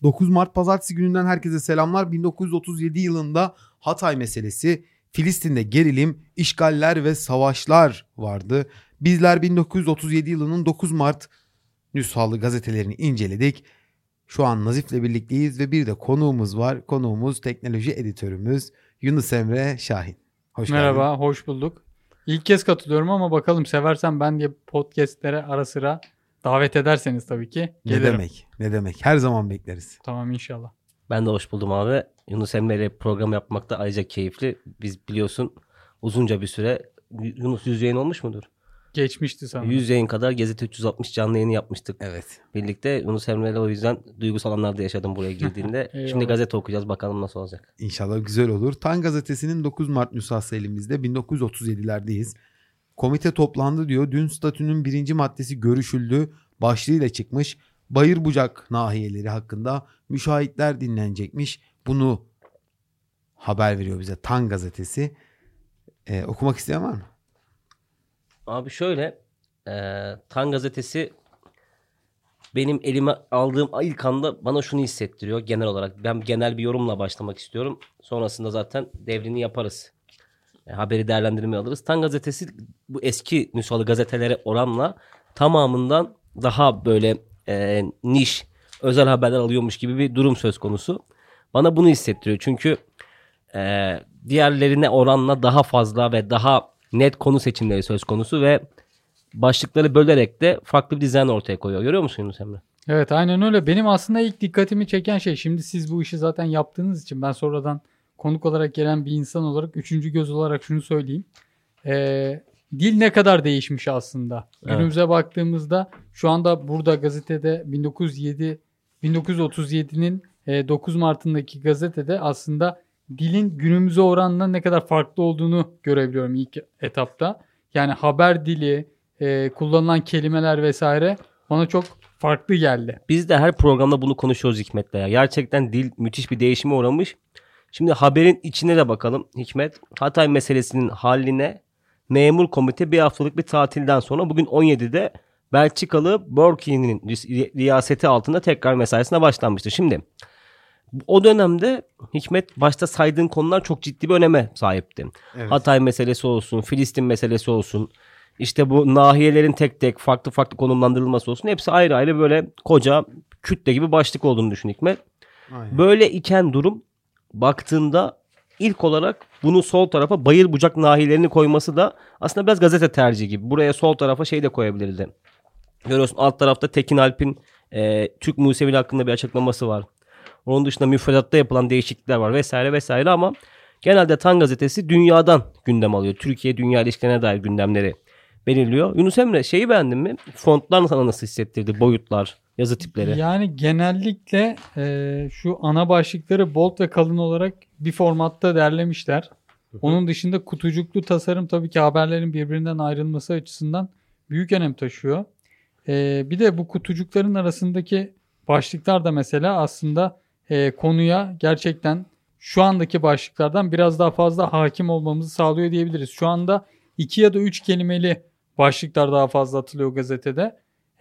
9 Mart Pazartesi gününden herkese selamlar. 1937 yılında Hatay meselesi, Filistin'de gerilim, işgaller ve savaşlar vardı. Bizler 1937 yılının 9 Mart nüshalı gazetelerini inceledik. Şu an Nazif'le birlikteyiz ve bir de konuğumuz var. Konuğumuz teknoloji editörümüz Yunus Emre Şahin. Hoş geldin. Merhaba, hoş bulduk. İlk kez katılıyorum ama bakalım seversen ben diye podcastlere ara sıra davet ederseniz tabii ki gelirim. Ne demek. Her zaman bekleriz. Tamam inşallah. Ben de hoş buldum abi. Yunus Emre ile program yapmak da ayrıca keyifli. Biz biliyorsun uzunca bir süre Yunus 100 yayın olmuş mudur? Geçmişti sanırım. 100 yayın kadar Gazete 360 canlı yayını yapmıştık. Evet. Birlikte Yunus Emre ile o yüzden duygusal anlarda yaşadım buraya girdiğinde. Şimdi gazete okuyacağız, bakalım nasıl olacak. İnşallah güzel olur. Tan gazetesinin 9 Mart nüshası elimizde. 1937'lerdeyiz. Komite toplandı diyor. Dün statünün 1. maddesi görüşüldü. Başlığıyla çıkmış. Bayırbucak nahiyeleri hakkında müşahitler dinlenecekmiş. Bunu haber veriyor bize Tan gazetesi. Okumak isteyen var mı? Abi şöyle, Tan gazetesi benim elime aldığım ilk anda bana şunu hissettiriyor genel olarak. Ben genel bir yorumla başlamak istiyorum. Sonrasında zaten devrini yaparız. Haberi değerlendirmeye alırız. Tan gazetesi bu eski nüshalı gazetelere oranla tamamından daha böyle niş, özel haberler alıyormuş gibi bir durum söz konusu. Bana bunu hissettiriyor. Çünkü diğerlerine oranla daha fazla ve daha net konu seçimleri söz konusu ve başlıkları bölerek de farklı bir dizayn ortaya koyuyor. Görüyor musun Yunus Emre? Evet, aynen öyle. Benim aslında ilk dikkatimi çeken şey, şimdi siz bu işi zaten yaptığınız için ben sonradan konuk olarak gelen bir insan olarak, üçüncü göz olarak şunu söyleyeyim. Dil ne kadar değişmiş aslında. Evet. Günümüze baktığımızda şu anda burada gazetede 1937'nin 9 Mart'ındaki gazetede aslında dilin günümüze oranla ne kadar farklı olduğunu görebiliyorum ilk etapta. Yani haber dili, kullanılan kelimeler vesaire bana çok farklı geldi. Biz de her programda bunu konuşuyoruz Hikmet'le ya. Gerçekten dil müthiş bir değişime uğramış. Şimdi haberin içine de bakalım Hikmet. Hatay meselesinin haline memur komite bir haftalık bir tatilden sonra bugün 17'de Belçikalı Borki'nin riyaseti altında tekrar mesaisine başlanmıştı. Şimdi o dönemde Hikmet başta saydığın konular çok ciddi bir öneme sahipti. Evet. Hatay meselesi olsun, Filistin meselesi olsun, işte bu nahiyelerin tek tek farklı farklı konumlandırılması olsun. Hepsi ayrı ayrı böyle koca kütle gibi başlık olduğunu düşün Hikmet. Aynen. Böyle iken durum baktığında ilk olarak bunu sol tarafa Bayırbucak nahiyelerini koyması da aslında biraz gazete tercihi gibi. Buraya sol tarafa şey de koyabilirdi. Görüyorsun alt tarafta Tekin Alp'in Türk Musevi'li hakkında bir açıklaması var. Onun dışında müfredatta yapılan değişiklikler var vesaire vesaire ama genelde Tan gazetesi dünyadan gündem alıyor. Türkiye-dünya ilişkilerine dair gündemleri belirliyor. Yunus Emre şeyi beğendin mi? Fontlar sana nasıl hissettirdi? Boyutlar, yazı tipleri. Yani genellikle şu ana başlıkları bold ve kalın olarak bir formatta derlemişler. Onun dışında kutucuklu tasarım tabii ki haberlerin birbirinden ayrılması açısından büyük önem taşıyor. Bir de bu kutucukların arasındaki başlıklar da mesela aslında konuya gerçekten şu andaki başlıklardan biraz daha fazla hakim olmamızı sağlıyor diyebiliriz. Şu anda 2 ya da 3 kelimeli başlıklar daha fazla atılıyor gazetede.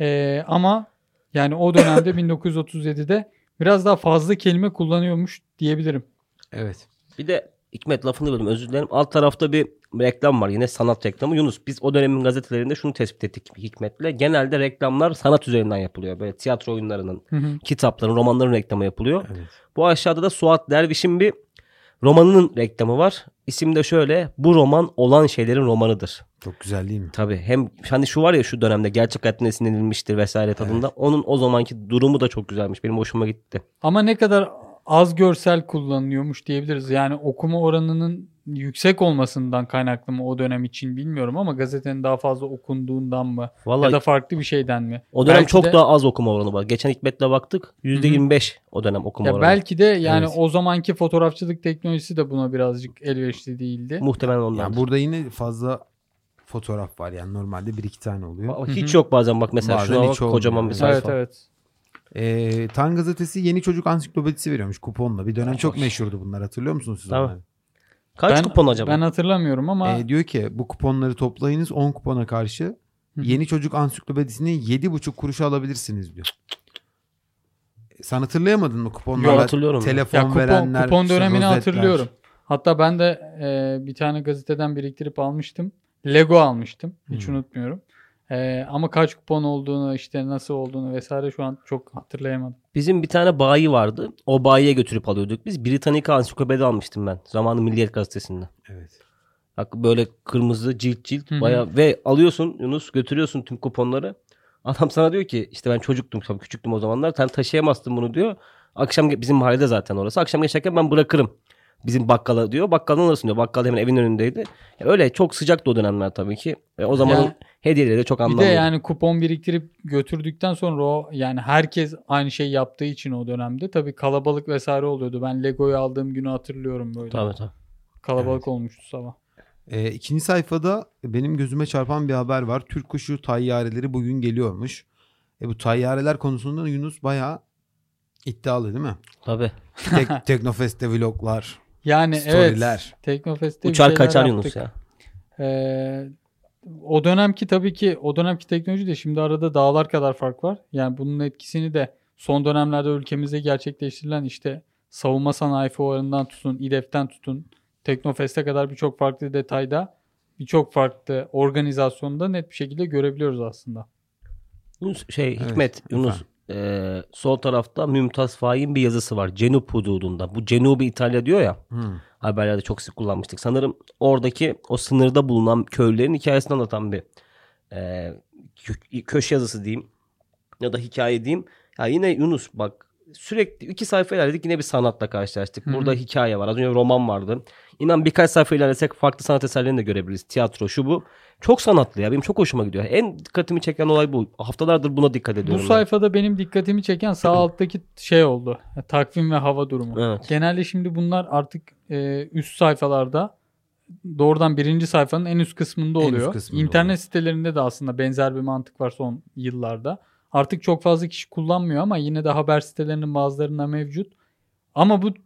Ama yani o dönemde 1937'de biraz daha fazla kelime kullanıyormuş diyebilirim. Evet. Bir de Hikmet lafını böldüm, özür dilerim. Alt tarafta bir reklam var, yine sanat reklamı. Yunus, biz o dönemin gazetelerinde şunu tespit ettik Hikmet'le. Genelde reklamlar sanat üzerinden yapılıyor. Böyle tiyatro oyunlarının, kitapların, romanların reklamı yapılıyor. Evet. Bu aşağıda da Suat Derviş'in bir romanının reklamı var. İsim de şöyle: bu roman olan şeylerin romanıdır. Çok güzel değil mi? Tabii, hem hani şu var ya, şu dönemde gerçek hayattan esinlenilmiştir vesaire tadında. Evet. Onun o zamanki durumu da çok güzelmiş. Benim hoşuma gitti. Ama ne kadar az görsel kullanılıyormuş diyebiliriz. Yani okuma oranının yüksek olmasından kaynaklı mı o dönem için bilmiyorum ama gazetenin daha fazla okunduğundan mı? Vallahi, ya da farklı bir şeyden mi? O dönem belki çok daha az okuma oranı var. Geçen Hikmet'le baktık, %25 o dönem okuma oranı. Belki de yani evet, o zamanki fotoğrafçılık teknolojisi de buna birazcık elverişli değildi. Muhtemelen ondan. Yani burada yine fazla fotoğraf var, yani normalde 1-2 tane oluyor. Hiç yok bazen, bak mesela şuna bak, kocaman bir sayfa. Evet. Tan gazetesi Yeni Çocuk Ansiklopedisi veriyormuş kuponla. Bir dönem çok meşhurdu bunlar, hatırlıyor musunuz siz? Tamam. Kaç kupon acaba? Ben hatırlamıyorum ama. Diyor ki bu kuponları toplayınız, 10 kupona karşı Yeni Çocuk Ansiklopedisini 7,5 kuruşa alabilirsiniz diyor. Sen hatırlayamadın mı Yok, kuponlarla hatırlıyorum. telefon Ya verenler? kupon dönemini rozetler. hatırlıyorum. Hatta ben de bir tane gazeteden biriktirip almıştım. Lego almıştım. Hiç unutmuyorum. Ama kaç kupon olduğunu, işte nasıl olduğunu vesaire şu an çok hatırlayamadım. Bizim bir tane bayi vardı. O bayiye götürüp alıyorduk biz. Britannica ansiklopedi almıştım ben. Zamanı Milliyet Gazetesi'nde. Evet. Bak böyle kırmızı cilt Hı. bayağı ve alıyorsun Yunus, götürüyorsun tüm kuponları. Adam sana diyor ki işte ben çocuktum, tabii küçüktüm o zamanlar. Sen taşıyamazsın bunu diyor. Akşam bizim mahallede zaten orası. Akşam geçerken ben bırakırım bizim bakkala diyor. Bakkaldan alırsın diyor. Bakkal hemen evin önündeydi. Öyle çok sıcaktı o dönemler tabii ki. Ve o zamanın Ya, hediyeleri de çok bir de anlamlıydı. yani kupon biriktirip götürdükten sonra o yani herkes aynı şeyi yaptığı için o dönemde tabii kalabalık vesaire oluyordu. Ben Lego'yu aldığım günü hatırlıyorum böyle. Tabii tabii. Kalabalık olmuştu sabah. İkinci sayfada benim gözüme çarpan bir haber var. Türk kuşu tayyareleri bugün geliyormuş. Bu tayyareler konusunda Yunus bayağı iddialı değil mi? Tabii. Teknofest'te vloglar, Yani storyler. evet. Teknofest'te bir Uçar şeyler kaçar yaptık. Yunus ya. O dönemki tabii ki o dönemki teknoloji de şimdi arada dağlar kadar fark var. Yani bunun etkisini de son dönemlerde ülkemizde gerçekleştirilen işte savunma sanayi fuarından tutun, İDEF'ten tutun, Teknofest'e kadar birçok farklı detayda, birçok farklı organizasyonda net bir şekilde görebiliyoruz aslında. Yunus, Evet, Hikmet, Yunus sol tarafta Mümtaz Faik'in bir yazısı var. Cenup hududunda. Bu Cenubi İtalya diyor ya. Haberlerde çok sık kullanmıştık. Sanırım oradaki o sınırda bulunan köylerin hikayesini anlatan bir köşe yazısı diyeyim. Ya da hikaye diyeyim. Ya yine Yunus bak sürekli 2 sayfa ilerledik yine bir sanatla karşılaştık. Burada hikaye var. Az önce roman vardı. İnan birkaç sayfa ilerlesek farklı sanat eserlerini de görebiliriz. Tiyatro şu bu. Çok sanatlı ya. Benim çok hoşuma gidiyor. En dikkatimi çeken olay bu. Haftalardır buna dikkat ediyorum. Bu sayfada benim dikkatimi çeken sağ alttaki şey oldu. Takvim ve hava durumu. Evet. Genelde şimdi bunlar artık üst sayfalarda doğrudan birinci sayfanın en üst kısmında En üst oluyor. kısmında İnternet oluyor. sitelerinde de aslında benzer bir mantık var son yıllarda. Artık çok fazla kişi kullanmıyor ama yine de haber sitelerinin bazılarında mevcut. Ama bu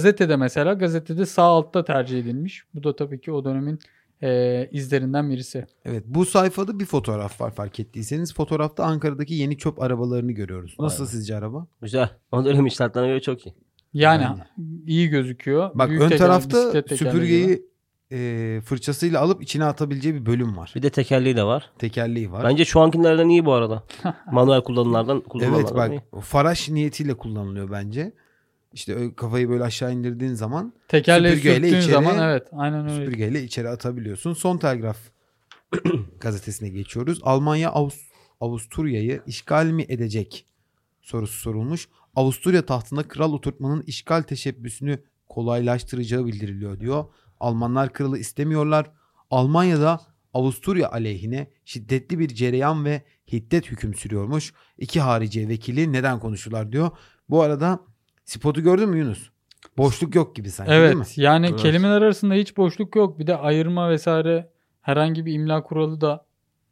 gazetede sağ altta tercih edilmiş. Bu da tabii ki o dönemin izlerinden birisi. Evet, bu sayfada bir fotoğraf var fark ettiyseniz. Fotoğrafta Ankara'daki yeni çöp arabalarını görüyoruz. Nasıl sizce araba? Güzel. O dönem şartlarına göre çok iyi. Yani Aynen. iyi gözüküyor. Bak Büyük ön teker, tarafta bisiklet tekerleği gibi. süpürgeyi fırçasıyla alıp içine atabileceği bir bölüm var. Bir de tekerleği de var. Tekerleği var. Bence şu ankilerden iyi bu arada. Manuel kullanılanlardan Evet bak iyi. o faraş niyetiyle kullanılıyor bence. İşte kafayı böyle aşağı indirdiğin zaman Tekerleği süpürgeyle sürttüğün içeri- zaman evet aynen öyle. süpürgeyle içeri atabiliyorsun. Son Telgraf gazetesine geçiyoruz. Almanya Avusturya'yı işgal mi edecek sorusu sorulmuş. Avusturya tahtına kral oturtmanın işgal teşebbüsünü kolaylaştıracağı bildiriliyor diyor. Almanlar kralı istemiyorlar. Almanya'da Avusturya aleyhine şiddetli bir cereyan ve hiddet hüküm sürüyormuş. 2 harici vekili neden konuşurlar diyor. Bu arada spotu gördün mü Yunus? Boşluk yok gibi sanki değil mi? Evet yani Evet. kelimeler arasında hiç boşluk yok. Bir de ayırma vesaire herhangi bir imla kuralı da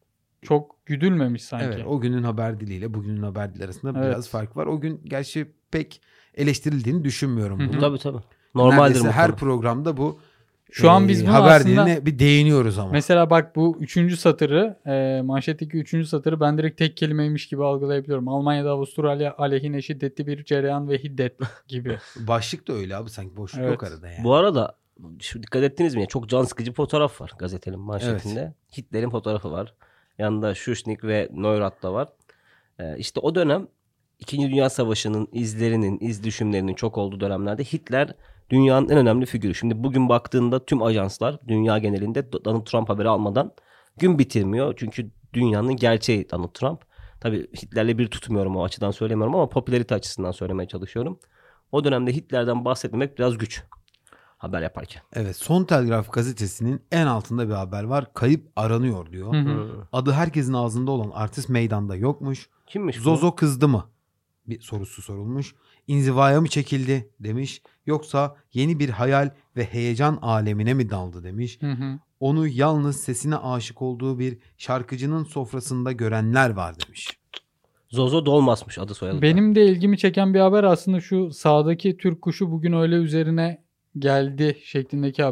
çok güdülmemiş sanki. Evet, o günün haber diliyle bugünün haber dili arasında Evet. biraz fark var. O gün gerçi pek eleştirildiğini düşünmüyorum Hı hı. bunu. Tabii tabii. Normaldir Neredeyse bu her konu. programda bu Şu an biz bunu haber aslında diline bir değiniyoruz ama. mesela bak bu 3. satırı manşetteki 3. satırı ben direkt tek kelimeymiş gibi algılayabiliyorum. Almanya'da Avusturya aleyhine şiddetli bir cereyan ve hiddet gibi. Başlık da öyle abi sanki boşluk Evet. yok arada yani. Bu arada şu dikkat ettiniz mi? Çok can sıkıcı bir fotoğraf var gazetenin manşetinde. Hitler'in fotoğrafı var. Yanında Schuschnigg ve Neurath da var. İşte o dönem 2. Dünya Savaşı'nın izlerinin, iz düşümlerinin çok olduğu dönemlerde Hitler dünyanın en önemli figürü. Şimdi bugün baktığında tüm ajanslar dünya genelinde Donald Trump haberi almadan gün bitirmiyor. Çünkü dünyanın gerçeği Donald Trump. Tabii Hitler'le bir tutmuyorum o açıdan söylemiyorum ama popülarite açısından söylemeye çalışıyorum. O dönemde Hitler'den bahsetmemek biraz güç haber yaparken. Evet, Son Telgraf gazetesinin en altında bir haber var. Kayıp aranıyor diyor. Hı hı. Adı herkesin ağzında olan artist meydanda yokmuş. Kimmiş bu? Zozo kızdı mı? Bir sorusu sorulmuş. İnzivaya mı çekildi demiş. Yoksa yeni bir hayal ve heyecan alemine mi daldı demiş. Hı hı. Onu yalnız sesine aşık olduğu bir şarkıcının sofrasında görenler var demiş. Zozo Dolmas'mış adı soyadı. Benim de ilgimi çeken bir haber aslında şu sağdaki Türk kuşu bugün öyle üzerine geldi şeklindeki haber.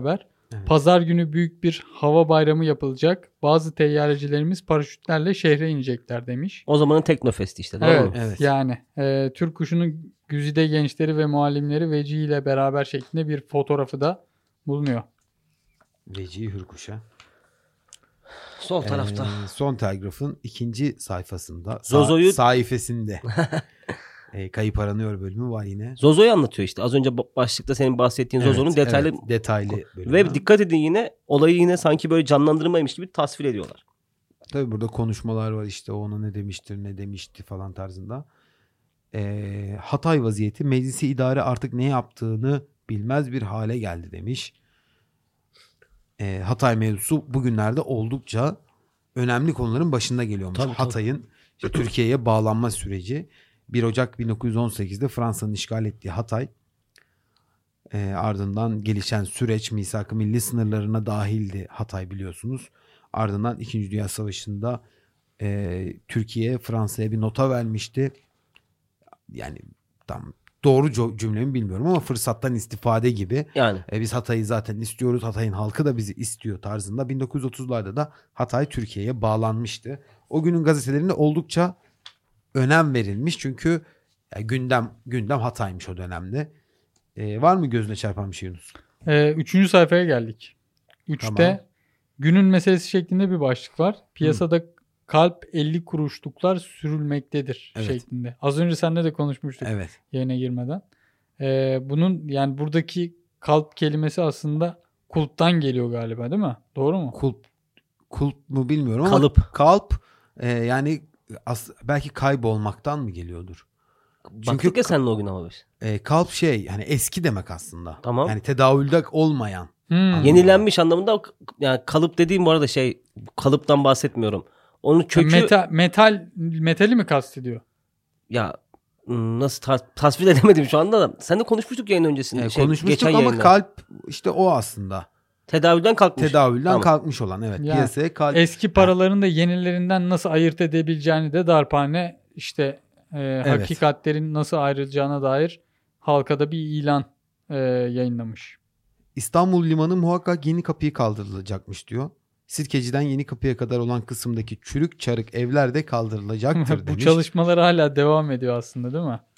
Evet. Pazar günü büyük bir hava bayramı yapılacak. Bazı teyyarecilerimiz paraşütlerle şehre inecekler demiş. O zamanın Teknofest'i işte, doğru Evet, mu? Evet. yani Türk kuşunun güzide gençleri ve muallimleri Veci ile beraber şeklinde bir fotoğrafı da bulunuyor. Vecihi Hürkuş'a. Sol tarafta. Son Telgraf'ın ikinci sayfasında. Zozo'yu- Sayfasında. Kayıp aranıyor bölümü var yine. Zozo'yu anlatıyor işte. Az önce başlıkta senin bahsettiğin Zozo'nun Evet, detaylı evet, detaylı bölümü. ve dikkat edin, yine olayı yine sanki böyle canlandırmaymış gibi tasvir ediyorlar. Tabii burada konuşmalar var işte, o ona ne demiştir ne demişti falan tarzında. Hatay vaziyeti, meclisi idare artık ne yaptığını bilmez bir hale geldi demiş. Hatay mevzusu bugünlerde oldukça önemli konuların başında geliyormuş. Tabii, tabii. Hatay'ın işte Türkiye'ye bağlanma süreci. 1 Ocak 1918'de Fransa'nın işgal ettiği Hatay, ardından gelişen süreç misak-ı milli sınırlarına dahildi Hatay, biliyorsunuz. Ardından 2. Dünya Savaşı'nda Türkiye Fransa'ya bir nota vermişti. Yani tam doğru cümlemi bilmiyorum ama fırsattan istifade gibi. Yani Biz Hatay'ı zaten istiyoruz, Hatay'ın halkı da bizi istiyor tarzında 1930'larda da Hatay Türkiye'ye bağlanmıştı. O günün gazetelerinde oldukça önem verilmiş çünkü gündem Hatay'mış o dönemde. Var mı gözüne çarpan bir şey Yunus? 3. sayfaya geldik. 3'te Tamam. günün meselesi şeklinde bir başlık var. Piyasada kalp 50 kuruşluklar sürülmektedir Evet. şeklinde. Az önce seninle de konuşmuştuk Evet. yayına girmeden. Bunun yani buradaki kalp kelimesi aslında kulptan geliyor galiba, değil mi? Doğru mu? Kulp mu bilmiyorum ama Kalıp. kalp yani belki kaybolmaktan mı geliyordur? baktık ya seninle o gün ama biz. Kalp yani eski demek aslında. Tamam. Yani tedavülde olmayan. Yenilenmiş anlamında, yani kalıp dediğim bu arada kalıptan bahsetmiyorum. Onun kökü Metali mi kastediyor? ya nasıl tasvir edemedim şu anda da. Seninle konuşmuştuk yayın öncesinde. Konuşmuştuk geçen ama yayında. kalp işte o aslında. Tedavülden kalkmış. Tedavülden Tamam. kalkmış olan, evet. Yani Piyasaya kalp. Eski paraların da yenilerinden nasıl ayırt edebileceğini de darphane işte hakikatlerin nasıl ayrılacağına dair halka da bir ilan yayınlamış. İstanbul Limanı muhakkak Yenikapı'yı kaldırılacakmış diyor. Sirkeci'den Yenikapı'ya kadar olan kısımdaki çürük çarık evler de kaldırılacaktır Bu demiş. çalışmalar hala devam ediyor aslında, değil mi?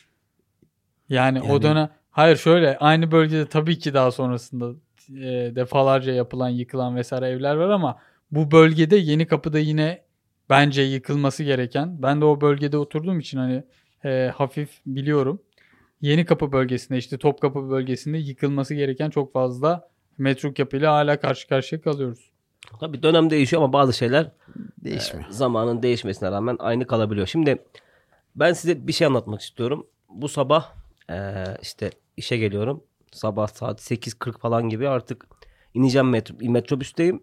Yani o Yani- dönem, hayır şöyle, aynı bölgede tabii ki daha sonrasında defalarca yapılan, yıkılan vesaire evler var ama bu bölgede Yenikapı'da yine bence yıkılması gereken, ben de o bölgede oturduğum için hani hafif biliyorum. Yenikapı bölgesinde, işte Topkapı bölgesinde yıkılması gereken çok fazla metruk yapıyla hala karşı karşıya kalıyoruz. Tabii dönem değişiyor ama bazı şeyler Değişmiyor. zamanın değişmesine rağmen aynı kalabiliyor. Şimdi ben size bir şey anlatmak istiyorum. Bu sabah işte işe geliyorum. Sabah saat 8:40 falan gibi artık ineceğim, metrobüsteyim.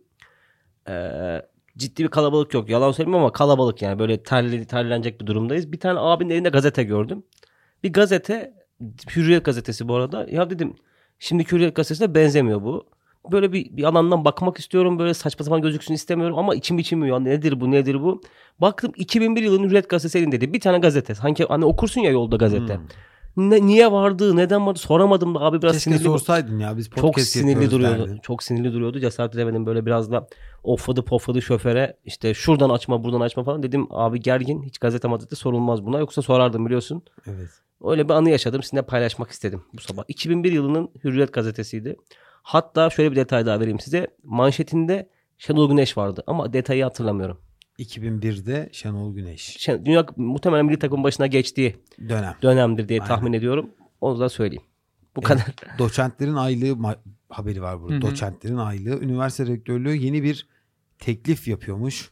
Ciddi bir kalabalık yok. Yalan söylemiyorum ama kalabalık, yani böyle terlenecek bir durumdayız. Bir tane abinin elinde gazete gördüm. Bir gazete, Hürriyet gazetesi bu arada. Ya dedim, şimdi Hürriyet gazetesine benzemiyor bu. Böyle bir alandan bakmak istiyorum. Böyle saçma sapan gözüksün istemiyorum ama içim uyuyor. Nedir bu? Baktım 2001 yılının Hürriyet gazetesi elindeydi. Bir tane gazete. Hani okursun ya yolda gazete. Niye vardı, neden vardı soramadım da abi, biraz Keşke sinirli. sorsaydın ya, biz Çok podcast sinirli yapıyoruz duruyordu. derdin. Çok sinirli duruyordu. Cesaret edemedim, böyle biraz da pofladı şoföre. İşte şuradan açma, buradan açma falan. Dedim abi gergin. Hiç gazete sorulmaz buna. Yoksa sorardım, biliyorsun. Evet. Öyle bir anı yaşadım. Sizinle paylaşmak istedim bu sabah. 2001 yılının Hürriyet gazetesiydi. Hatta şöyle bir detay daha vereyim size. Manşetinde Şenol Güneş vardı ama detayı hatırlamıyorum. 2001'de Şenol Güneş. Dünya muhtemelen milli takım başına geçtiği Dönem. dönemdir diye Aynen. tahmin ediyorum. Onu da söyleyeyim. Bu kadar. Doçentlerin aylığı haberi var burada. Hı hı. Doçentlerin aylığı. Üniversite rektörlüğü yeni bir teklif yapıyormuş.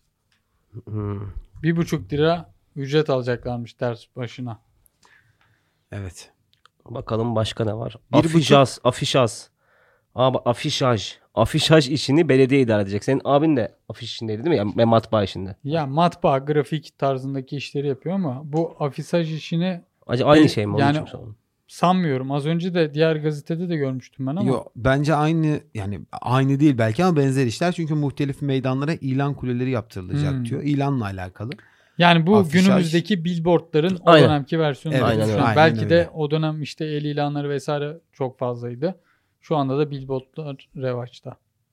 1,5 lira ücret alacaklarmış ders başına. Evet. Bakalım başka ne var? 1,5 Afişaz. Afişaj işini belediye idare edecek. Senin abin de afiş işindeydi değil mi? Yani matbaa işinde. Ya matbaa, grafik tarzındaki işleri yapıyor ama bu afisaj işini Acaba aynı şey mi? Onun Yani- için sordum. sanmıyorum. Az önce de diğer gazetede de görmüştüm ben ama. Yo, bence aynı değil belki ama benzer işler. Çünkü muhtelif meydanlara ilan kuleleri yaptırılacak diyor. İlanla alakalı. Yani bu Afişaj- günümüzdeki billboardların o Aynen. dönemki versiyonu. Evet, aynen öyle. Yani aynen belki de öyle. o dönem işte el ilanları vesaire çok fazlaydı. Şu anda da billboardlar revaçta.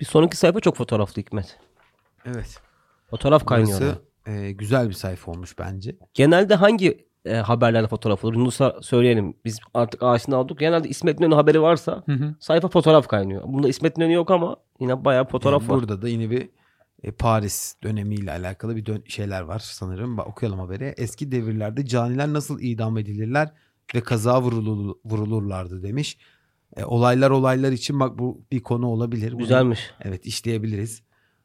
Bir sonraki sayfa çok fotoğraflı Hikmet. Evet. Fotoğraf kaynıyor. Burası güzel bir sayfa olmuş bence. Genelde hangi haberlerde fotoğraf olur? Yunus'a söyleyelim. Biz artık aşina olduk. Genelde İsmet İnönü haberi varsa sayfa fotoğraf kaynıyor. Bunda İsmet İnönü yok ama yine bayağı fotoğraf var. Burada da yine bir Paris dönemiyle alakalı bir şeyler var sanırım. Okuyalım haberi. Eski devirlerde caniler nasıl idam edilirler ve kaza vurulurlardı demiş. Olaylar için bak bu bir konu olabilir. Güzelmiş. Evet, işleyebiliriz.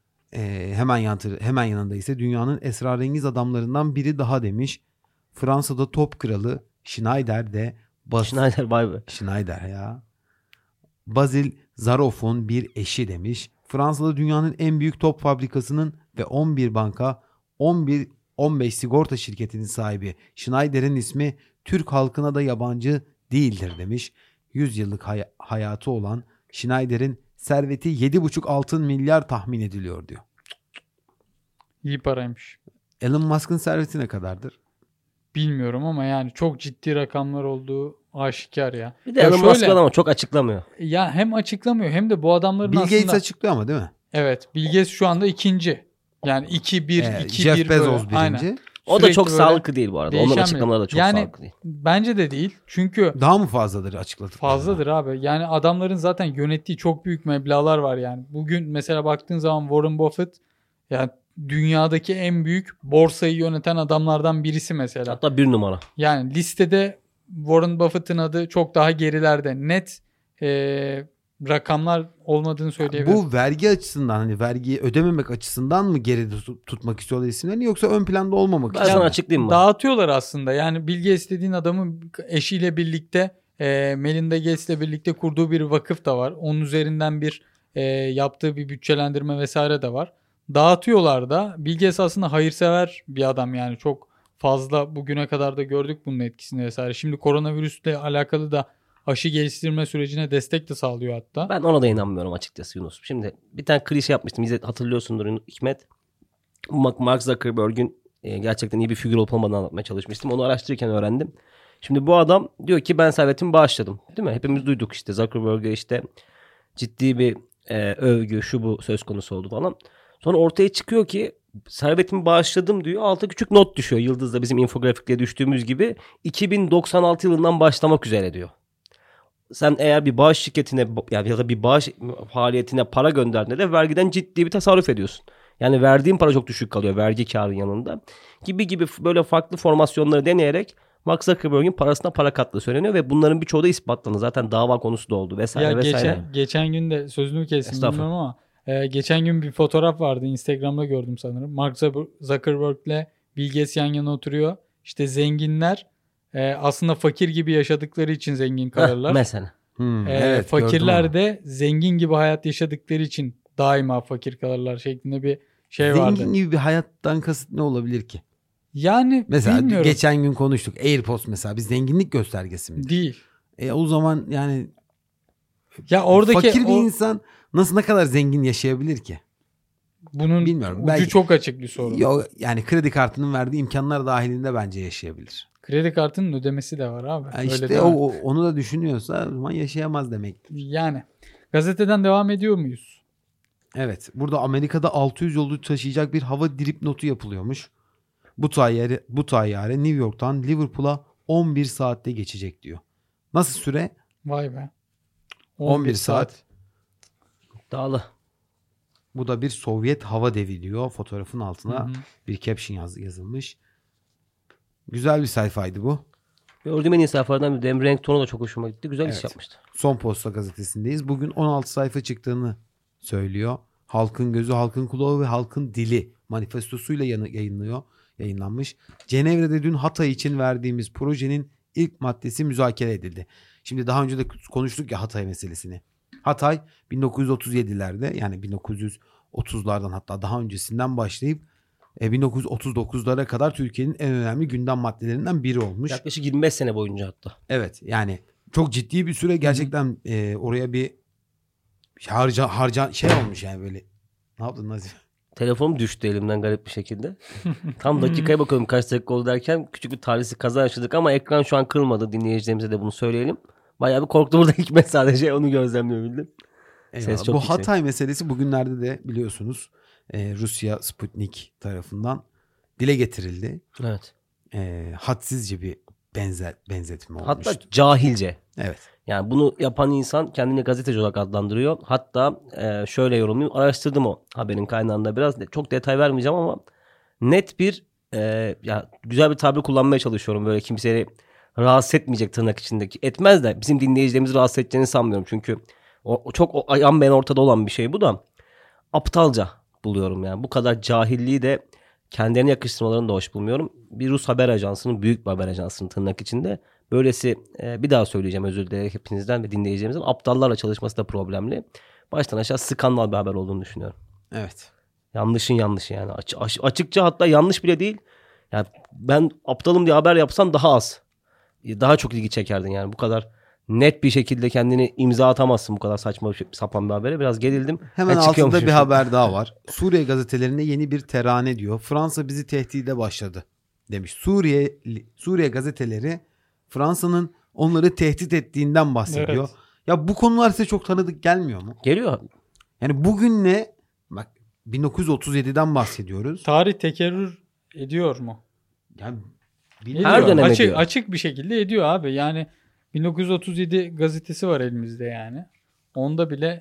Hemen yanında ise dünyanın esrarengiz adamlarından biri daha demiş. Fransa'da top kralı Schneider de Schneider vay be. Schneider ya. Basil Zaroff'un bir eşi demiş. Fransa'da dünyanın en büyük top fabrikasının ve 11 banka, 15 sigorta şirketinin sahibi Schneider'in ismi Türk halkına da yabancı değildir demiş. 100 yıllık hayatı olan Schneider'in serveti 7,5 altın milyar tahmin ediliyor diyor. İyi paraymış. Elon Musk'ın serveti ne kadardır? Bilmiyorum ama yani çok ciddi rakamlar olduğu aşikar ya. Bir de Elon Musk ama çok açıklamıyor. Ya hem açıklamıyor hem de bu adamların Bill aslında... Gates açıklıyor ama değil mi? Evet. Bill Gates şu anda ikinci. Yani 2-1, 2-1 Jeff Bezos böyle. birinci. Aynen. O da çok sağlıklı değil bu arada. Onun açıklamaları da çok yani, sağlıklı değil. Bence de değil. Çünkü daha mı fazladır açıkladık? Fazladır abi. Yani adamların zaten yönettiği çok büyük meblağlar var yani. Bugün mesela baktığın zaman Warren Buffett yani dünyadaki en büyük borsayı yöneten adamlardan birisi mesela. Hatta 1 numara. Yani listede Warren Buffett'ın adı çok daha gerilerde. Net rakamlar olmadığını söyleyebilirim. Bu vergi açısından hani vergiyi ödememek açısından mı geride tutmak istiyorlar isimlerini yoksa ön planda olmamak için? Ben sana açıklayayım mı? Dağıtıyorlar aslında. Yani Bill Gates dediğin adamın eşiyle birlikte Melinda Gates'le birlikte kurduğu bir vakıf da var. Onun üzerinden bir yaptığı bir bütçelendirme vesaire de var. Dağıtıyorlar da. Bill Gates aslında hayırsever bir adam yani çok fazla bugüne kadar da gördük bunun etkisini vesaire. Şimdi koronavirüsle alakalı da aşı geliştirme sürecine destek de sağlıyor hatta. Ben ona da inanmıyorum açıkçası Yunus. Şimdi bir tane klişe yapmıştım. Hatırlıyorsundur Hikmet. Mark Zuckerberg'ün gerçekten iyi bir figür olup olmadığını anlatmaya çalışmıştım. Onu araştırırken öğrendim. Şimdi bu adam diyor ki ben servetimi bağışladım. Değil mi? Hepimiz duyduk işte Zuckerberg'e işte ciddi bir övgü şu bu söz konusu oldu falan. Sonra ortaya çıkıyor ki servetimi bağışladım diyor. Altta küçük not düşüyor. Yıldız'da bizim infografikte düştüğümüz gibi 2096 yılından başlamak üzere diyor. Sen eğer bir bağış şirketine ya da bir bağış faaliyetine para gönderdiğinde de vergiden ciddi bir tasarruf ediyorsun. Yani verdiğin para çok düşük kalıyor vergi kârı yanında. Gibi böyle farklı formasyonları deneyerek Mark Zuckerberg'in parasına para kattığı söyleniyor ve bunların birçoğu da ispatlandı. Zaten dava konusu da oldu vesaire vesaire. Geçen gün de sözünü kestim bilmiyorum ama geçen gün bir fotoğraf vardı Instagram'da gördüm sanırım. Mark Zuckerberg'le Bill Gates yan yana oturuyor. İşte zenginler aslında fakir gibi yaşadıkları için zengin kalırlar. Mesela. Evet, fakirler de zengin gibi hayat yaşadıkları için daima fakir kalırlar şeklinde bir şey vardı. Zengin gibi bir hayattan kasıt ne olabilir ki? Yani mesela bilmiyorum. Geçen gün konuştuk. AirPods mesela bir zenginlik göstergesi mi? Değil. O zaman yani ya oradaki fakir bir insan ne kadar zengin yaşayabilir ki? Bunun bilmiyorum. Ucu Belki, çok açık bir soru. Yok yani kredi kartının verdiği imkanlar dahilinde bence yaşayabilir. Kredi kartının ödemesi de var abi. İşte onu da düşünüyorsa o zaman yaşayamaz demektir. Yani gazeteden devam ediyor muyuz? Evet. Burada Amerika'da 600 yolu taşıyacak bir hava dipnotu yapılıyormuş. Bu tayyare New York'tan Liverpool'a 11 saatte geçecek diyor. Nasıl süre? Vay be. 11 saat. Dağlı. Bu da bir Sovyet hava devi diyor. Fotoğrafın altına bir caption yazılmış. Güzel bir sayfaydı bu. Gördüğüm en iyi sayfalardan bir renk tonu da çok hoşuma gitti. Güzel iş yapmıştı. Son Posta gazetesindeyiz. Bugün 16 sayfa çıktığını söylüyor. Halkın gözü, halkın kulağı ve halkın dili manifestosuyla yayınlanmış. Cenevre'de dün Hatay için verdiğimiz projenin ilk maddesi müzakere edildi. Şimdi daha önce de konuştuk ya Hatay meselesini. Hatay 1937'lerde yani 1930'lardan hatta daha öncesinden başlayıp 1939'lara kadar Türkiye'nin en önemli gündem maddelerinden biri olmuş. Yaklaşık 25 sene boyunca hatta. Evet yani çok ciddi bir süre gerçekten oraya bir harca şey olmuş yani böyle. Ne yaptın Nazif? Telefonum düştü elimden garip bir şekilde. Tam dakikaya bakıyorum kaç dakika oldu derken küçük bir talihsiz kaza yaşadık ama ekran şu an kırılmadı. Dinleyicilerimize de bunu söyleyelim. Bayağı bir korktu burada Hikmet sadece onu gözlemleyebildim. Ses çok Bu yüksek. Hatay meselesi bugünlerde de biliyorsunuz Rusya Sputnik tarafından dile getirildi. Evet. Hadsizce bir benzetme olmuştu. Hatta cahilce. Evet. Yani bunu yapan insan kendini gazeteci olarak adlandırıyor. Hatta şöyle yorumlayayım. Araştırdım o haberin kaynağında biraz. Çok detay vermeyeceğim ama net bir ya güzel bir tabir kullanmaya çalışıyorum. Böyle kimseyi rahatsız etmeyecek tırnak içindeki. Etmez de bizim dinleyicilerimizi rahatsız edeceğini sanmıyorum. Çünkü o çok ayan ben ortada olan bir şey bu da. Aptalca buluyorum yani. Bu kadar cahilliği de kendilerine yakıştırmalarını da hoş bulmuyorum. Bir Rus haber ajansının, büyük bir haber ajansının tırnak içinde böylesi bir daha söyleyeceğim, özür dilerim hepinizden ve dinleyicilerimizden, aptallarla çalışması da problemli. Baştan aşağı skandal bir haber olduğunu düşünüyorum. Evet. Yanlışın yanlışı yani. Açıkça hatta yanlış bile değil. Yani ben aptalım diye haber yapsam daha çok ilgi çekerdin yani. Bu kadar net bir şekilde kendini imza atamazsın bu kadar saçma sapan bir habere. Biraz gerildim. Hemen altında bir haber daha var. Suriye gazetelerinde yeni bir terane diyor. Fransa bizi tehdide başladı demiş. Suriye gazeteleri Fransa'nın onları tehdit ettiğinden bahsediyor. Evet. Ya bu konular size çok tanıdık gelmiyor mu? Geliyor. Yani bugün ne? Bak 1937'den bahsediyoruz. Tarih tekerrür ediyor mu? Yani Her dönem ediyor. Açık bir şekilde ediyor abi. Yani 1937 gazetesi var elimizde yani. Onda bile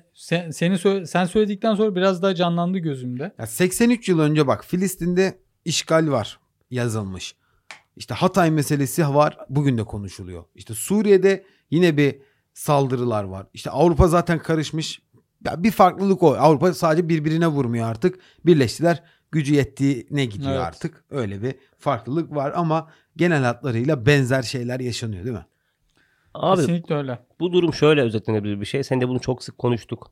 sen söyledikten sonra biraz daha canlandı gözümde. Ya 83 yıl önce bak Filistin'de işgal var yazılmış. İşte Hatay meselesi var, bugün de konuşuluyor. İşte Suriye'de yine bir saldırılar var. İşte Avrupa zaten karışmış. Ya bir farklılık o. Avrupa sadece birbirine vurmuyor artık. Birleştiler, gücü yettiğine gidiyor Evet. artık. Öyle bir farklılık var ama genel hatlarıyla benzer şeyler yaşanıyor değil mi? Abi Kesinlikle öyle. bu durum şöyle özetlenebilir bir şey. Sen de bunu çok sık konuştuk.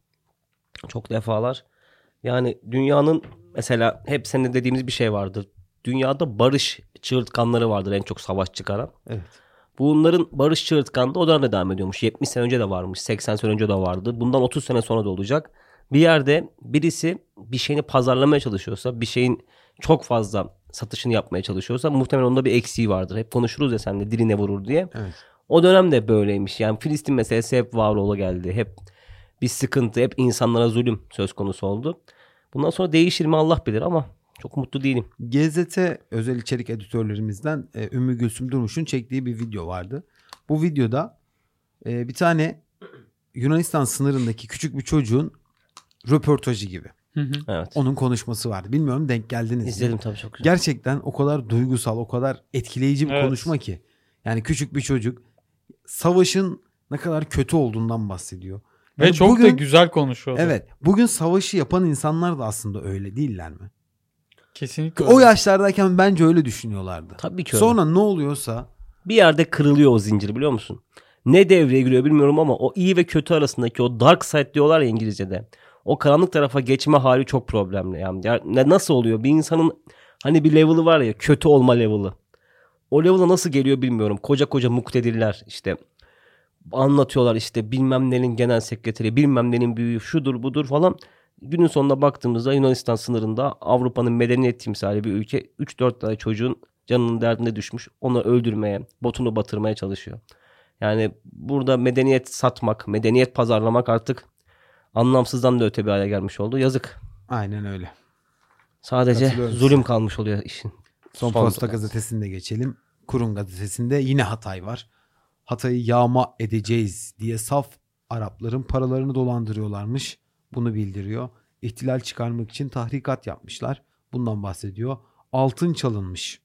Çok defalar. Yani dünyanın mesela hep senin de dediğimiz bir şey vardır. Dünyada barış çığırtkanları vardır en çok savaş çıkaran. Evet. Bunların barış çığırtkanlığı o dönemde devam ediyormuş. 70 sene önce de varmış. 80 sene önce de vardı. Bundan 30 sene sonra da olacak. Bir yerde birisi bir şeyini pazarlamaya çalışıyorsa, bir şeyin çok fazla satışını yapmaya çalışıyorsa muhtemelen onda bir eksiği vardır. Hep konuşuruz ya seninle diline vurur diye. Evet. O dönemde böyleymiş. Yani Filistin meselesi hep var ola geldi. Hep bir sıkıntı, hep insanlara zulüm söz konusu oldu. Bundan sonra değişir mi Allah bilir ama çok mutlu değilim. GZT özel içerik editörlerimizden Ümmü Gülsüm Durmuş'un çektiği bir video vardı. Bu videoda bir tane Yunanistan sınırındaki küçük bir çocuğun röportajı gibi. Hı hı. Evet. Onun konuşması vardı. Bilmiyorum denk geldiniz mi? İzledim tabii, çok güzel. Gerçekten o kadar duygusal, o kadar etkileyici bir Evet. konuşma ki. Yani küçük bir çocuk savaşın ne kadar kötü olduğundan bahsediyor. Ve Yani çok da güzel konuşuyordu. Evet. Bugün savaşı yapan insanlar da aslında öyle değiller mi? Kesinlikle O öyle. yaşlardayken bence öyle düşünüyorlardı. Tabii ki öyle. Sonra ne oluyorsa Bir yerde kırılıyor o zincir, biliyor musun? Ne devreye giriyor bilmiyorum ama o iyi ve kötü arasındaki o dark side diyorlar ya İngilizce'de. O karanlık tarafa geçme hali çok problemli. Yani nasıl oluyor? Bir insanın hani bir level'ı var ya, kötü olma level'ı. O level'a nasıl geliyor bilmiyorum. Koca koca muktedirler işte anlatıyorlar, işte bilmem nenin genel sekreteri, bilmem nenin büyüğü, şudur budur falan. Günün sonunda baktığımızda Yunanistan sınırında Avrupa'nın medeniyet timsali bir ülke 3-4 tane çocuğun canının derdine düşmüş. Onu öldürmeye, botunu batırmaya çalışıyor. Yani burada medeniyet satmak, medeniyet pazarlamak artık anlamsızdan da öte bir hale gelmiş oldu. Yazık. aynen öyle. Sadece Katılıyorum zulüm size. kalmış oluyor işin. Son Posta gazetesinde geçelim. Kurum gazetesinde yine Hatay var. Hatay'ı yağma edeceğiz diye saf Arapların paralarını dolandırıyorlarmış. Bunu bildiriyor. İhtilal çıkarmak için tahrikat yapmışlar. Bundan bahsediyor. Altın çalınmış.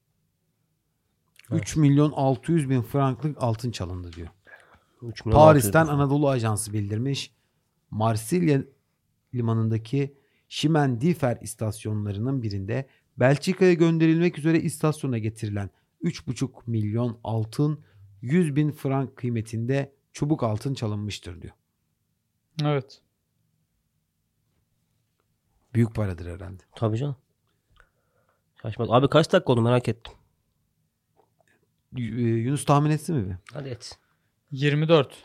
Evet. 3 milyon 600 bin franklık altın çalındı diyor. 3 milyon Paris'ten 600 bin. Anadolu Ajansı bildirmiş. Marsilya limanındaki Şimendifer istasyonlarının birinde Belçika'ya gönderilmek üzere istasyona getirilen 3,5 milyon altın 100 bin frank kıymetinde çubuk altın çalınmıştır diyor. Evet. Büyük paradır herhalde. Tabii canım. Şaşmaz. Abi kaç dakika oldu merak ettim. Yunus tahmin etsin mi bir? Hadi et. 24.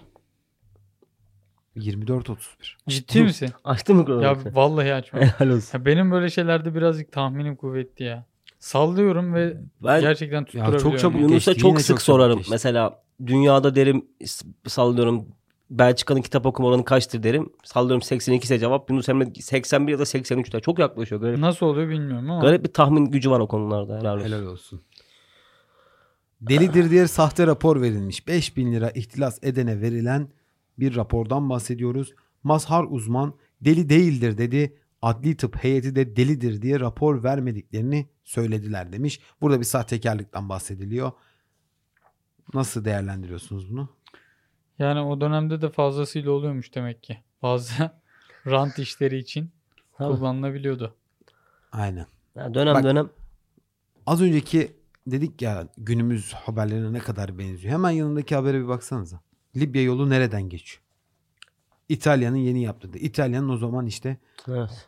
24-31. Ciddi misin? Açtın mı kronometreyi? Ya vallahi açmam. Helal olsun. Ya benim böyle şeylerde birazcık tahminim kuvvetli ya. Sallıyorum ve Ben gerçekten tutturabiliyorum. çok çabuk yani. Yunus'a geçti, çok yine sık çok çabuk sorarım. geçti. Mesela dünyada derim, sallıyorum Belçika'nın kitap okuma oranı kaçtır derim. Sallıyorum 82 ise cevap. Yunus Emre 81 ya da 83'te. Çok yaklaşıyor. Garip. Nasıl oluyor bilmiyorum ama. Garip bir tahmin gücü var o konularda. Helal olsun. Delidir diye sahte rapor verilmiş. 5.000 lira ihtilas edene verilen bir rapordan bahsediyoruz. Mazhar uzman deli değildir dedi. Adli tıp heyeti de delidir diye rapor vermediklerini söylediler demiş. Burada bir sahtekarlıktan bahsediliyor. Nasıl değerlendiriyorsunuz bunu? Yani o dönemde de fazlasıyla oluyormuş demek ki. Bazı rant işleri için kullanılabiliyordu. Aynen. Ya dönem Bak, dönem. Az önceki dedik ya günümüz haberlerine ne kadar benziyor. Hemen yanındaki habere bir baksanıza. Libya yolu nereden geçiyor? İtalya'nın yeni yaptırdığı. İtalya'nın o zaman işte Evet.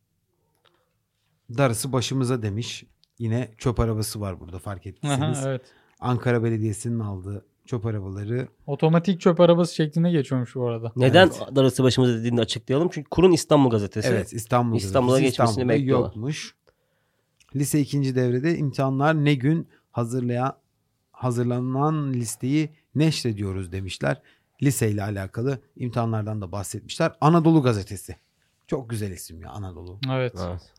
darısı başımıza demiş. Yine çöp arabası var burada fark ettiyseniz. Evet. Ankara Belediyesi'nin aldığı çöp arabaları. Otomatik çöp arabası şeklinde geçiyormuş bu arada. Neden Evet. darısı başımıza dediğini açıklayalım. Çünkü Kur'un İstanbul gazetesi. Evet, İstanbul'a İstanbul'a geçmesini İstanbul'da bekliyorlar. yokmuş. Lise 2. devrede imtihanlar ne gün hazırlanan listeyi neşrediyoruz demişler. Liseyle alakalı imtihanlardan da bahsetmişler. Anadolu gazetesi. Çok güzel isim ya, Anadolu. Evet. Evet.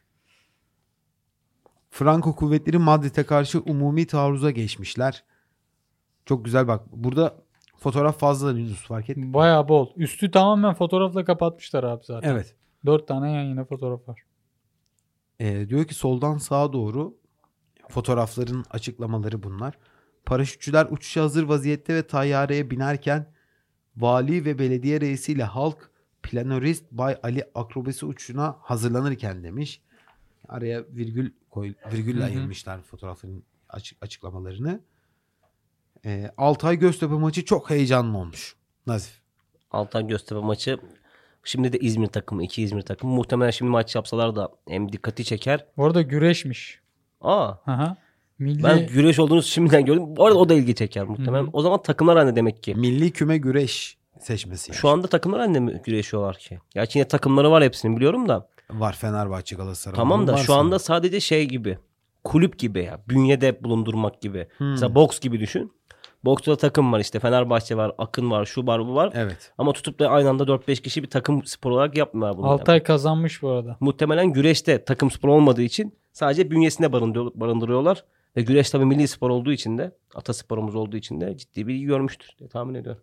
Franco kuvvetleri Madrid'e karşı umumi taarruza geçmişler. Çok güzel bak. Burada fotoğraf fazla Yunus, fark ettin mi? Bayağı bol. Üstü tamamen fotoğrafla kapatmışlar abi zaten. Evet. 4 tane yan yana fotoğraf var. Diyor ki soldan sağa doğru fotoğrafların açıklamaları bunlar. Paraşütçüler uçuşa hazır vaziyette ve tayyareye binerken vali ve belediye reisiyle halk planörist Bay Ali akrobasi uçuşuna hazırlanırken demiş. Araya virgülle ayırmışlar fotoğrafların açıklamalarını. Altay Göztepe maçı çok heyecanlı olmuş. Nazif. Altay Göztepe maçı. Şimdi de İzmir takımı. 2 İzmir takımı. Muhtemelen şimdi maç yapsalar da hem dikkati çeker. Bu arada güreşmiş. Aa. Milli... Ben güreş olduğunu şimdiden gördüm. Bu arada o da ilgi çeker muhtemelen. Hı hı. O zaman takımlar halinde demek ki. Milli küme güreş seçmesi. Şu anda takımlar halinde mi güreşiyorlar ki? Gerçi yine takımları var, hepsini biliyorum da. Var, Fenerbahçe, Galatasaray. Tamam da var şu sanırım. anda sadece şey gibi. Kulüp gibi ya. Bünyede bulundurmak gibi. Mesela boks gibi düşün. Boksta da takım var işte. Fenerbahçe var, Akın var, şu var, bu var. Evet. Ama tutup da aynı anda 4-5 kişi bir takım spor olarak yapmıyorlar bunu. Altay kazanmış bu arada. Muhtemelen güreşte takım spor olmadığı için sadece bünyesinde barındırıyorlar. Ve güreş tabii milli spor olduğu için de, atasporumuz olduğu için de ciddi bir ilgi görmüştür diye tahmin ediyorum.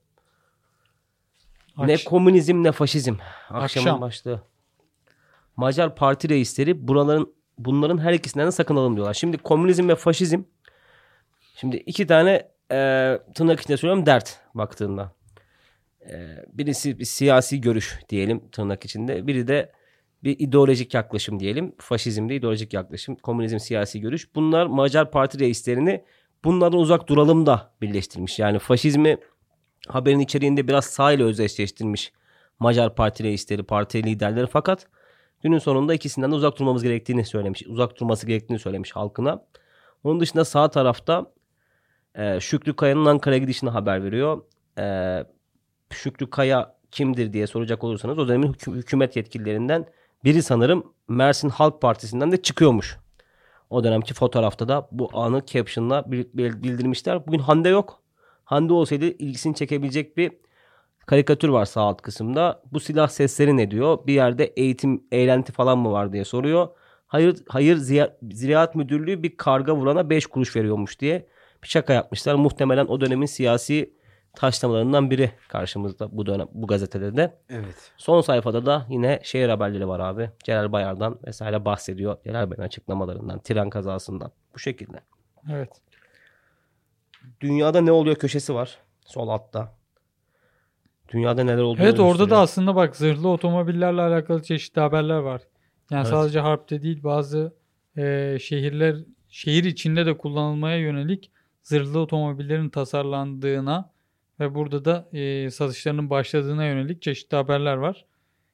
Ne komünizm ne faşizm. Akşamın başlığı. Macar parti reisleri bunların her ikisinden de sakınalım diyorlar. Şimdi komünizm ve faşizm, şimdi iki tane tırnak içinde söylüyorum dert baktığında. Birisi bir siyasi görüş diyelim tırnak içinde. Biri de bir ideolojik yaklaşım diyelim. Faşizm de ideolojik yaklaşım. Komünizm siyasi görüş. Bunlar Macar parti reislerini bunlardan uzak duralım da birleştirmiş. Yani faşizmi haberin içeriğinde biraz sağ ile özdeşleştirmiş Macar parti reisleri, parti liderleri, fakat günün sonunda ikisinden de uzak durmamız gerektiğini söylemiş. Uzak durması gerektiğini söylemiş halkına. Onun dışında sağ tarafta Şükrü Kaya'nın Ankara'ya gidişini haber veriyor. Şükrü Kaya kimdir diye soracak olursanız o dönemin hükümet yetkililerinden biri sanırım. Mersin Halk Partisi'nden de çıkıyormuş. O dönemki fotoğrafta da bu anı caption'la bildirmişler. Bugün Hande yok. Hande olsaydı ilgisini çekebilecek bir karikatür var sağ alt kısımda. Bu silah sesleri ne diyor? Bir yerde eğitim, eğlenti falan mı var diye soruyor. Hayır Ziraat Müdürlüğü bir karga vurana 5 kuruş veriyormuş diye bir şaka yapmışlar. Muhtemelen o dönemin siyasi taşlamalarından biri karşımızda bu gazetede de. Evet. Son sayfada da yine şehir haberleri var abi. Celal Bayar'dan vesaire bahsediyor. Celal Bayar'ın açıklamalarından, tren kazasından. Bu şekilde. Evet. Dünyada ne oluyor köşesi var sol altta. Dünyada neler olduğunu Evet, orada gösteriyor. da aslında bak zırhlı otomobillerle alakalı çeşitli haberler var. Yani Evet. sadece harpte değil, bazı şehir içinde de kullanılmaya yönelik zırhlı otomobillerin tasarlandığına ve burada da satışlarının başladığına yönelik çeşitli haberler var.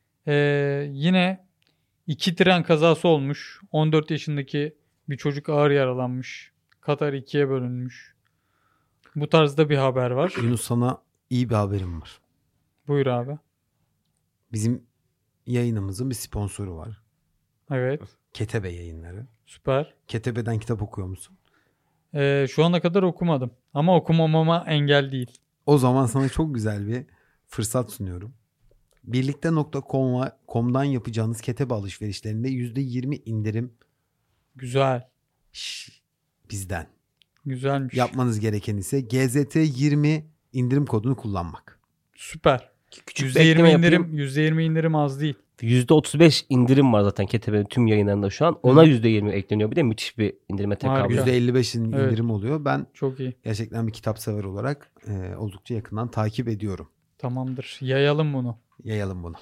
Yine 2 tren kazası olmuş. 14 yaşındaki bir çocuk ağır yaralanmış. Katar 2'ye bölünmüş. Bu tarzda bir haber var. Yunus, sana iyi bir haberim var. Buyur abi. Bizim yayınımızın bir sponsoru var. Evet. Ketebe Yayınları. Süper. Ketebe'den kitap okuyor musun? Şu ana kadar okumadım. Ama okumamama engel değil. O zaman sana çok güzel bir fırsat sunuyorum. Birlikte.com'dan yapacağınız ketebe alışverişlerinde %20 indirim Güzel. bizden. Güzelmiş. Yapmanız gereken ise GZT20 indirim kodunu kullanmak. Süper. Küçük bir %20 ekleme indirim, yapayım. %20 indirim az değil. %35 indirim var zaten Ketebe'nin tüm yayınlarında şu an. Ona %20 ekleniyor. Bir de müthiş bir indirime tekabül. Harika. %55'in Evet. indirim oluyor. Ben Çok iyi. gerçekten bir kitap sever olarak oldukça yakından takip ediyorum. Tamamdır. Yayalım bunu. Yayalım bunu.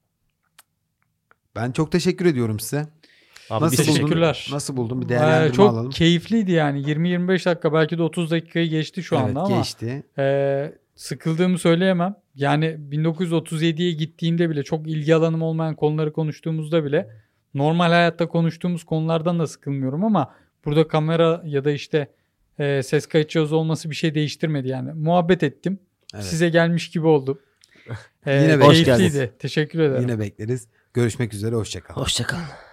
Ben çok teşekkür ediyorum size. Abi Nasıl biz buldun? Teşekkürler. Nasıl buldun? Bir değerlendirme Çok alalım. keyifliydi yani. 20-25 dakika belki de 30 dakikayı geçti şu anda ama geçti. sıkıldığımı söyleyemem. Yani 1937'ye gittiğimde bile çok ilgi alanım olmayan konuları konuştuğumuzda bile normal hayatta konuştuğumuz konulardan da sıkılmıyorum ama burada kamera ya da işte ses kayıt cihazı olması bir şey değiştirmedi yani. Muhabbet ettim. Evet. Size gelmiş gibi oldum. Yine hoş Keyifliydi. geldiniz. Teşekkür ederim. Yine bekleriz. Görüşmek üzere. Hoşça kalın. Hoşçakalın.